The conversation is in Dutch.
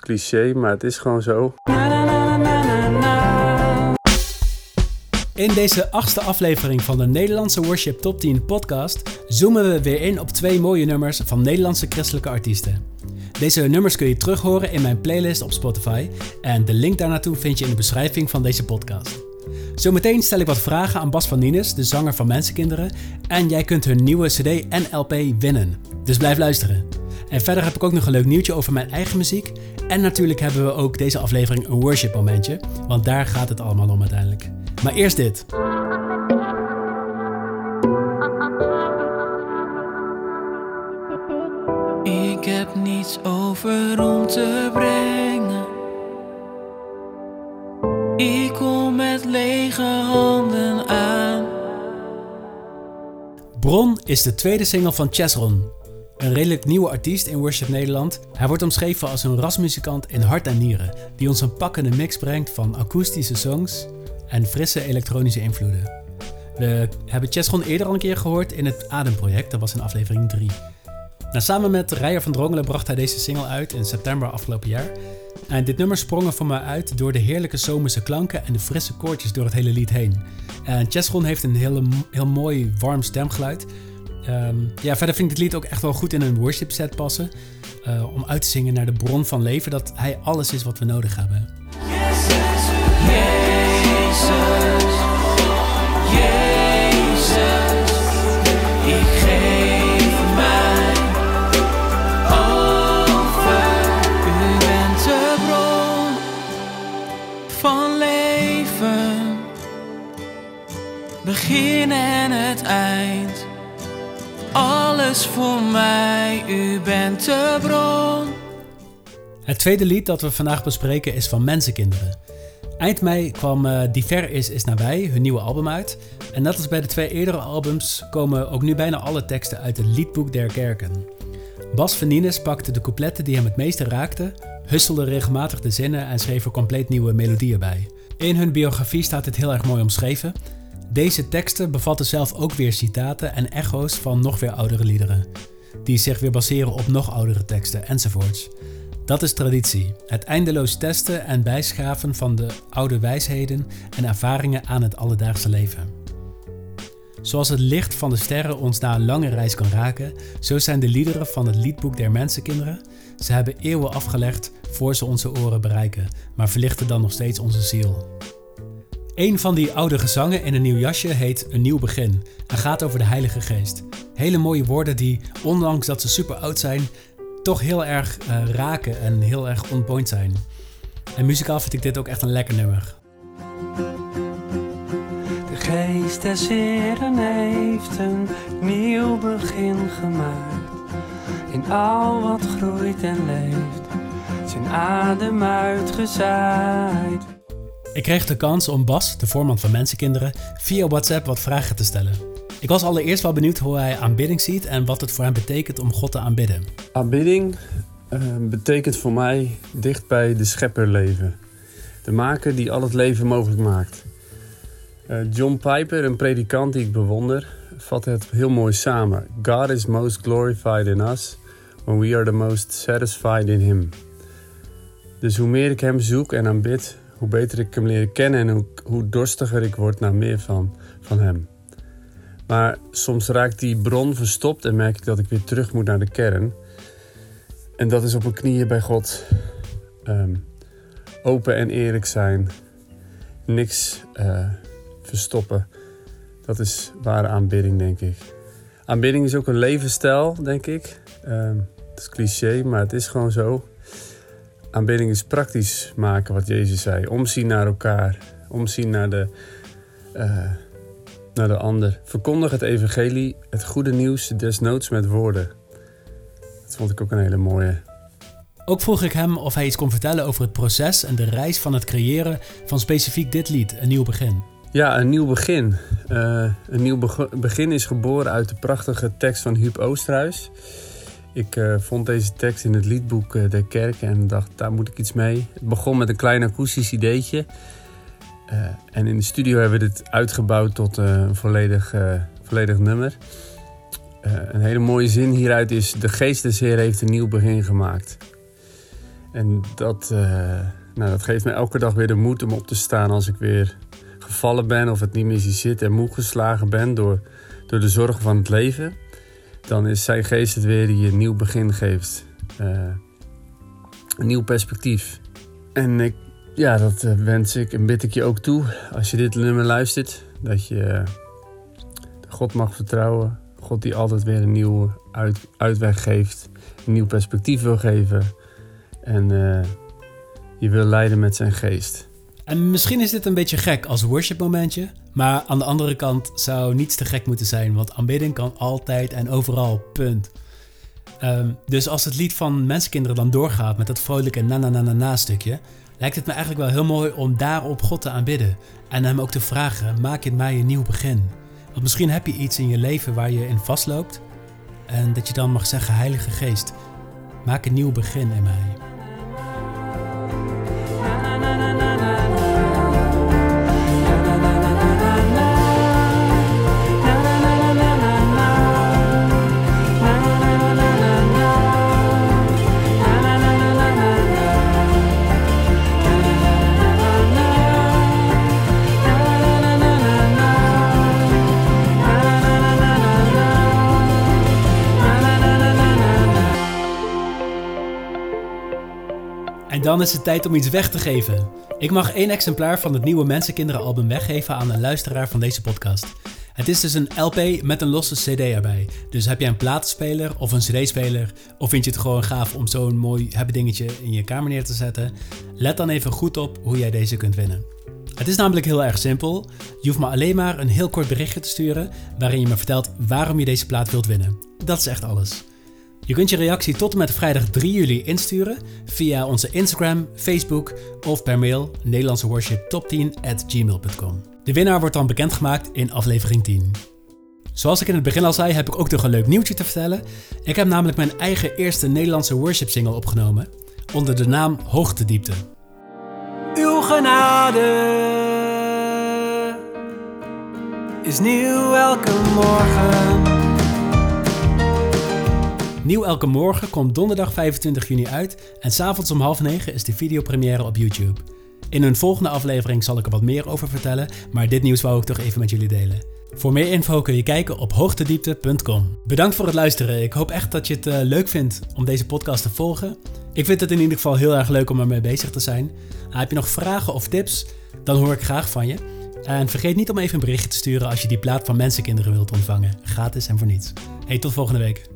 cliché, maar het is gewoon zo. In deze 8e aflevering van de Nederlandse Worship Top 10 podcast zoomen we weer in op 2 mooie nummers van Nederlandse christelijke artiesten. Deze nummers kun je terughoren in mijn playlist op Spotify en de link daarnaartoe vind je in de beschrijving van deze podcast. Zometeen stel ik wat vragen aan Bas van Nienes, de zanger van Mensenkinderen, en jij kunt hun nieuwe cd en LP winnen. Dus blijf luisteren. En verder heb ik ook nog een leuk nieuwtje over mijn eigen muziek. En natuurlijk hebben we ook deze aflevering een worship momentje, want daar gaat het allemaal om uiteindelijk. Maar eerst dit. Ik heb niets over om te brengen. Ik kom met lege handen aan. Bron is de tweede single van Chesron. Een redelijk nieuwe artiest in Worship Nederland. Hij wordt omschreven als een rasmuzikant in hart en nieren, die ons een pakkende mix brengt van akoestische songs en frisse elektronische invloeden. We hebben Chesron eerder al een keer gehoord in het Ademproject, dat was in aflevering 3. Samen met Reijer van Drongelen bracht hij deze single uit in september afgelopen jaar. En dit nummer sprong er voor mij uit door de heerlijke zomerse klanken en de frisse koortjes door het hele lied heen. En Chesron heeft een heel mooi warm stemgeluid. Verder vind ik dit lied ook echt wel goed in een worship set passen. Om uit te zingen naar de bron van leven, dat hij alles is wat we nodig hebben. Jezus, ik geef mij over. U bent de bron van leven, begin en het eind. Alles voor mij, u bent de bron. Het tweede lied dat we vandaag bespreken is van Mensenkinderen. Eind mei kwam Die Ver is nabij, hun nieuwe album uit. En net als bij de 2 eerdere albums komen ook nu bijna alle teksten uit het liedboek der kerken. Bas van Nienes pakte de coupletten die hem het meeste raakten, husselde regelmatig de zinnen en schreef er compleet nieuwe melodieën bij. In hun biografie staat dit heel erg mooi omschreven. Deze teksten bevatten zelf ook weer citaten en echo's van nog weer oudere liederen, die zich weer baseren op nog oudere teksten enzovoorts. Dat is traditie, het eindeloos testen en bijschaven van de oude wijsheden en ervaringen aan het alledaagse leven. Zoals het licht van de sterren ons na een lange reis kan raken, zo zijn de liederen van het liedboek der Mensenkinderen. Ze hebben eeuwen afgelegd voor ze onze oren bereiken, maar verlichten dan nog steeds onze ziel. Een van die oude gezangen in een nieuw jasje heet Een Nieuw Begin en gaat over de Heilige Geest. Hele mooie woorden die, ondanks dat ze super oud zijn, toch heel erg raken en heel erg on point zijn. En muzikaal vind ik dit ook echt een lekker nummer. De Geest des Heeren heeft een nieuw begin gemaakt. In al wat groeit en leeft, zijn adem uitgezaaid. Ik kreeg de kans om Bas, de voorman van Mensenkinderen, via WhatsApp wat vragen te stellen. Ik was allereerst wel benieuwd hoe hij aanbidding ziet en wat het voor hem betekent om God te aanbidden. Aanbidding betekent voor mij dicht bij de schepper leven. De maker die al het leven mogelijk maakt. John Piper, een predikant die ik bewonder, vat het heel mooi samen. God is most glorified in us when we are the most satisfied in him. Dus hoe meer ik hem zoek en aanbid, hoe beter ik hem leren kennen en hoe dorstiger ik word naar meer van hem. Maar soms raakt die bron verstopt en merk ik dat ik weer terug moet naar de kern. En dat is op mijn knieën bij God. Open en eerlijk zijn. Niks verstoppen. Dat is ware aanbidding, denk ik. Aanbidding is ook een levensstijl, denk ik. Het is cliché, maar het is gewoon zo. Aanbidding is praktisch maken wat Jezus zei. Omzien naar elkaar. Omzien naar de ander. Verkondig het evangelie, het goede nieuws, desnoods met woorden. Dat vond ik ook een hele mooie. Ook vroeg ik hem of hij iets kon vertellen over het proces en de reis van het creëren van specifiek dit lied, Een Nieuw Begin. Ja, een nieuw begin. Een nieuw begin is geboren uit de prachtige tekst van Huub Oosterhuis. Ik vond deze tekst in het liedboek der kerken en dacht, daar moet ik iets mee. Het begon met een klein akoestisch ideetje. En in de studio hebben we dit uitgebouwd tot een volledig nummer. Een hele mooie zin hieruit is: de Geest des Heer heeft een nieuw begin gemaakt. En dat geeft me elke dag weer de moed om op te staan als ik weer gevallen ben of het niet meer zie zitten en moe geslagen ben door de zorgen van het leven. Dan is zijn geest het weer die een nieuw begin geeft. Een nieuw perspectief. En dat wens ik en bid ik je ook toe als je dit nummer luistert. Dat je God mag vertrouwen. God die altijd weer een nieuwe uitweg geeft. Een nieuw perspectief wil geven. En je wil leiden met zijn geest. En misschien is dit een beetje gek als worship momentje. Maar aan de andere kant zou niets te gek moeten zijn. Want aanbidding kan altijd en overal, punt. Dus als het lied van Mensenkinderen dan doorgaat met dat vrolijke na stukje, lijkt het me eigenlijk wel heel mooi om daarop God te aanbidden. En hem ook te vragen, maak in mij een nieuw begin. Want misschien heb je iets in je leven waar je in vastloopt. En dat je dan mag zeggen, Heilige Geest, maak een nieuw begin in mij. En dan is het tijd om iets weg te geven. Ik mag 1 exemplaar van het nieuwe Mensenkinderen album weggeven aan een luisteraar van deze podcast. Het is dus een LP met een losse CD erbij. Dus heb jij een platenspeler of een CD-speler, of vind je het gewoon gaaf om zo'n mooi hebbedingetje in je kamer neer te zetten? Let dan even goed op hoe jij deze kunt winnen. Het is namelijk heel erg simpel. Je hoeft me alleen maar een heel kort berichtje te sturen waarin je me vertelt waarom je deze plaat wilt winnen. Dat is echt alles. Je kunt je reactie tot en met vrijdag 3 juli insturen via onze Instagram, Facebook of per mail nederlandseworshiptop10@gmail.com. De winnaar wordt dan bekendgemaakt in aflevering 10. Zoals ik in het begin al zei, heb ik ook nog een leuk nieuwtje te vertellen. Ik heb namelijk mijn eigen eerste Nederlandse worship single opgenomen onder de naam Hoogtediepte. Uw genade is nieuw elke morgen. Nieuw elke morgen komt donderdag 25 juni uit en 's avonds om 8:30 is de videopremière op YouTube. In een volgende aflevering zal ik er wat meer over vertellen, maar dit nieuws wou ik toch even met jullie delen. Voor meer info kun je kijken op hoogtediepte.com. Bedankt voor het luisteren. Ik hoop echt dat je het leuk vindt om deze podcast te volgen. Ik vind het in ieder geval heel erg leuk om ermee bezig te zijn. Heb je nog vragen of tips? Dan hoor ik graag van je. En vergeet niet om even een berichtje te sturen als je die plaat van Mensenkinderen wilt ontvangen. Gratis en voor niets. Hey, tot volgende week.